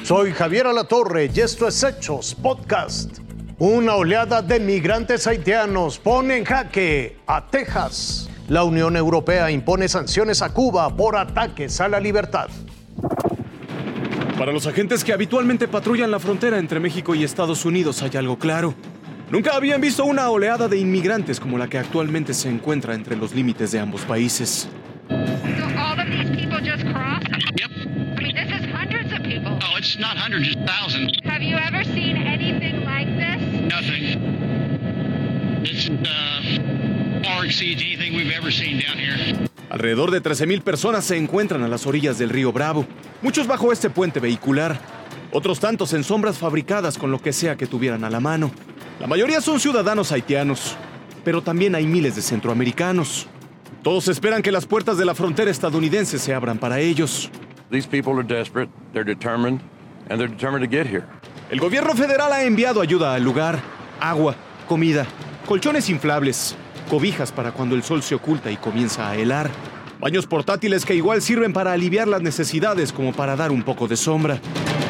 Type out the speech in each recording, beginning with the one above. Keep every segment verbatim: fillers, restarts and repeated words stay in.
Soy Javier Alatorre y esto es Hechos Podcast. Una oleada de migrantes haitianos pone en jaque a Texas. La Unión Europea impone sanciones a Cuba por ataques a la libertad. Para los agentes que habitualmente patrullan la frontera entre México y Estados Unidos hay algo claro. Nunca habían visto una oleada de inmigrantes como la que actualmente se encuentra entre los límites de ambos países. So all of these people just crossed? Yep. I mean, this is hundreds of people. No, it's not hundreds, it's thousands. Have you ever seen anything like this? Nothing. It's uh, far exceeds anything we've ever seen down here. Alrededor de trece mil personas se encuentran a las orillas del río Bravo, muchos bajo este puente vehicular, otros tantos en sombras fabricadas con lo que sea que tuvieran a la mano. La mayoría son ciudadanos haitianos, pero también hay miles de centroamericanos. Todos esperan que las puertas de la frontera estadounidense se abran para ellos. These people are desperate, they're determined, and they're determined to get here. El gobierno federal ha enviado ayuda al lugar, agua, comida, colchones inflables, cobijas para cuando el sol se oculta y comienza a helar, baños portátiles que igual sirven para aliviar las necesidades como para dar un poco de sombra.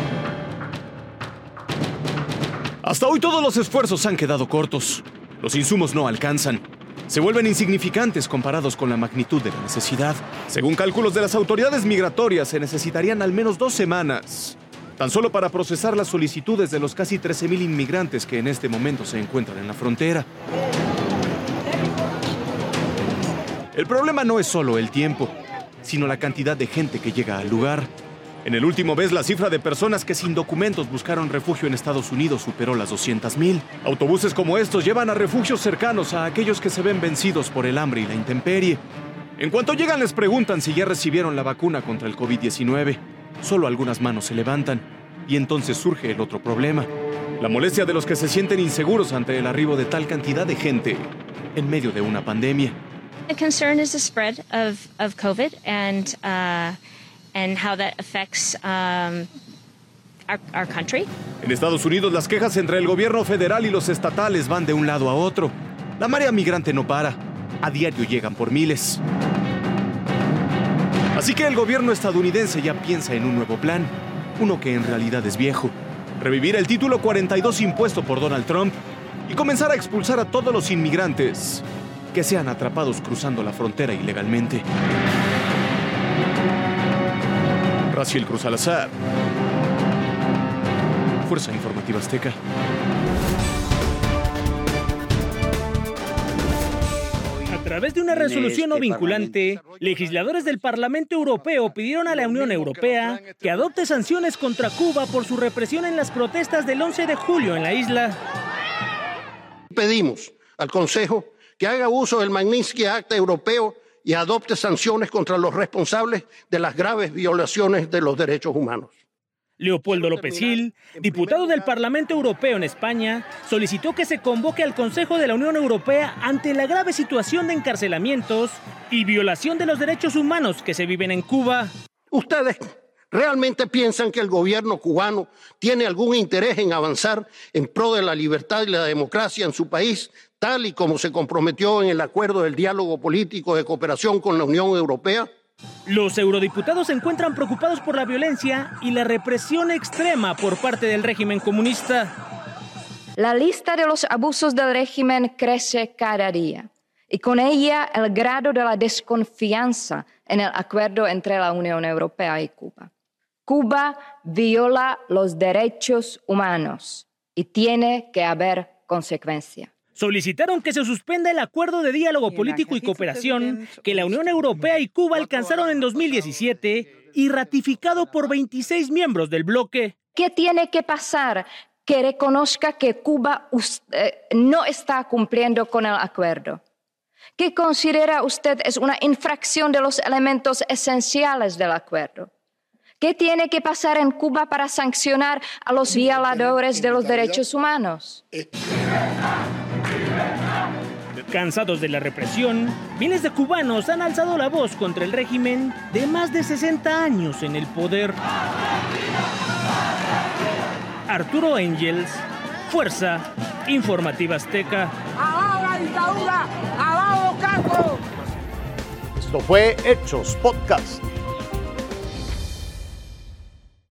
Hasta hoy todos los esfuerzos han quedado cortos. Los insumos no alcanzan. Se vuelven insignificantes comparados con la magnitud de la necesidad. Según cálculos de las autoridades migratorias, se necesitarían al menos dos semanas, tan solo para procesar las solicitudes de los casi trece mil inmigrantes que en este momento se encuentran en la frontera. El problema no es solo el tiempo, sino la cantidad de gente que llega al lugar. En el último mes, la cifra de personas que sin documentos buscaron refugio en Estados Unidos superó las doscientas mil. Autobuses como estos llevan a refugios cercanos a aquellos que se ven vencidos por el hambre y la intemperie. En cuanto llegan, les preguntan si ya recibieron la vacuna contra el covid diecinueve. Solo algunas manos se levantan, y entonces surge el otro problema: la molestia de los que se sienten inseguros ante el arribo de tal cantidad de gente en medio de una pandemia. The concern is the spread of, of COVID and uh, and how that affects um, our, our country. En Estados Unidos, las quejas entre el gobierno federal y los estatales van de un lado a otro. La marea migrante no para. A diario llegan por miles. Así que el gobierno estadounidense ya piensa en un nuevo plan, uno que en realidad es viejo: revivir el título cuarenta y dos impuesto por Donald Trump y comenzar a expulsar a todos los inmigrantes que sean atrapados cruzando la frontera ilegalmente. Raciel Cruz Salazar, Fuerza Informativa Azteca. A través de una resolución no vinculante, legisladores del Parlamento Europeo pidieron a la Unión Europea que adopte sanciones contra Cuba por su represión en las protestas del once de julio en la isla. Pedimos al Consejo que haga uso del Magnitsky Act europeo y adopte sanciones contra los responsables de las graves violaciones de los derechos humanos. Leopoldo López Gil, diputado del Parlamento Europeo en España, solicitó que se convoque al Consejo de la Unión Europea ante la grave situación de encarcelamientos y violación de los derechos humanos que se viven en Cuba. ¿Ustedes realmente piensan que el gobierno cubano tiene algún interés en avanzar en pro de la libertad y la democracia en su país, tal y como se comprometió en el acuerdo del diálogo político de cooperación con la Unión Europea? Los eurodiputados se encuentran preocupados por la violencia y la represión extrema por parte del régimen comunista. La lista de los abusos del régimen crece cada día, y con ella el grado de la desconfianza en el acuerdo entre la Unión Europea y Cuba. Cuba viola los derechos humanos y tiene que haber consecuencias. Solicitaron que se suspenda el acuerdo de diálogo político y cooperación que la Unión Europea y Cuba alcanzaron en dos mil diecisiete y ratificado por veintiséis miembros del bloque. ¿Qué tiene que pasar? Que reconozca que Cuba eh, no está cumpliendo con el acuerdo. ¿Qué considera usted es una infracción de los elementos esenciales del acuerdo? ¿Qué tiene que pasar en Cuba para sancionar a los violadores de los derechos humanos? Cansados de la represión, miles de cubanos han alzado la voz contra el régimen de más de sesenta años en el poder. Arturo Ángels, Fuerza Informativa Azteca. ¡Abajo la dictadura! ¡Abajo Castro! Esto fue Hechos Podcast.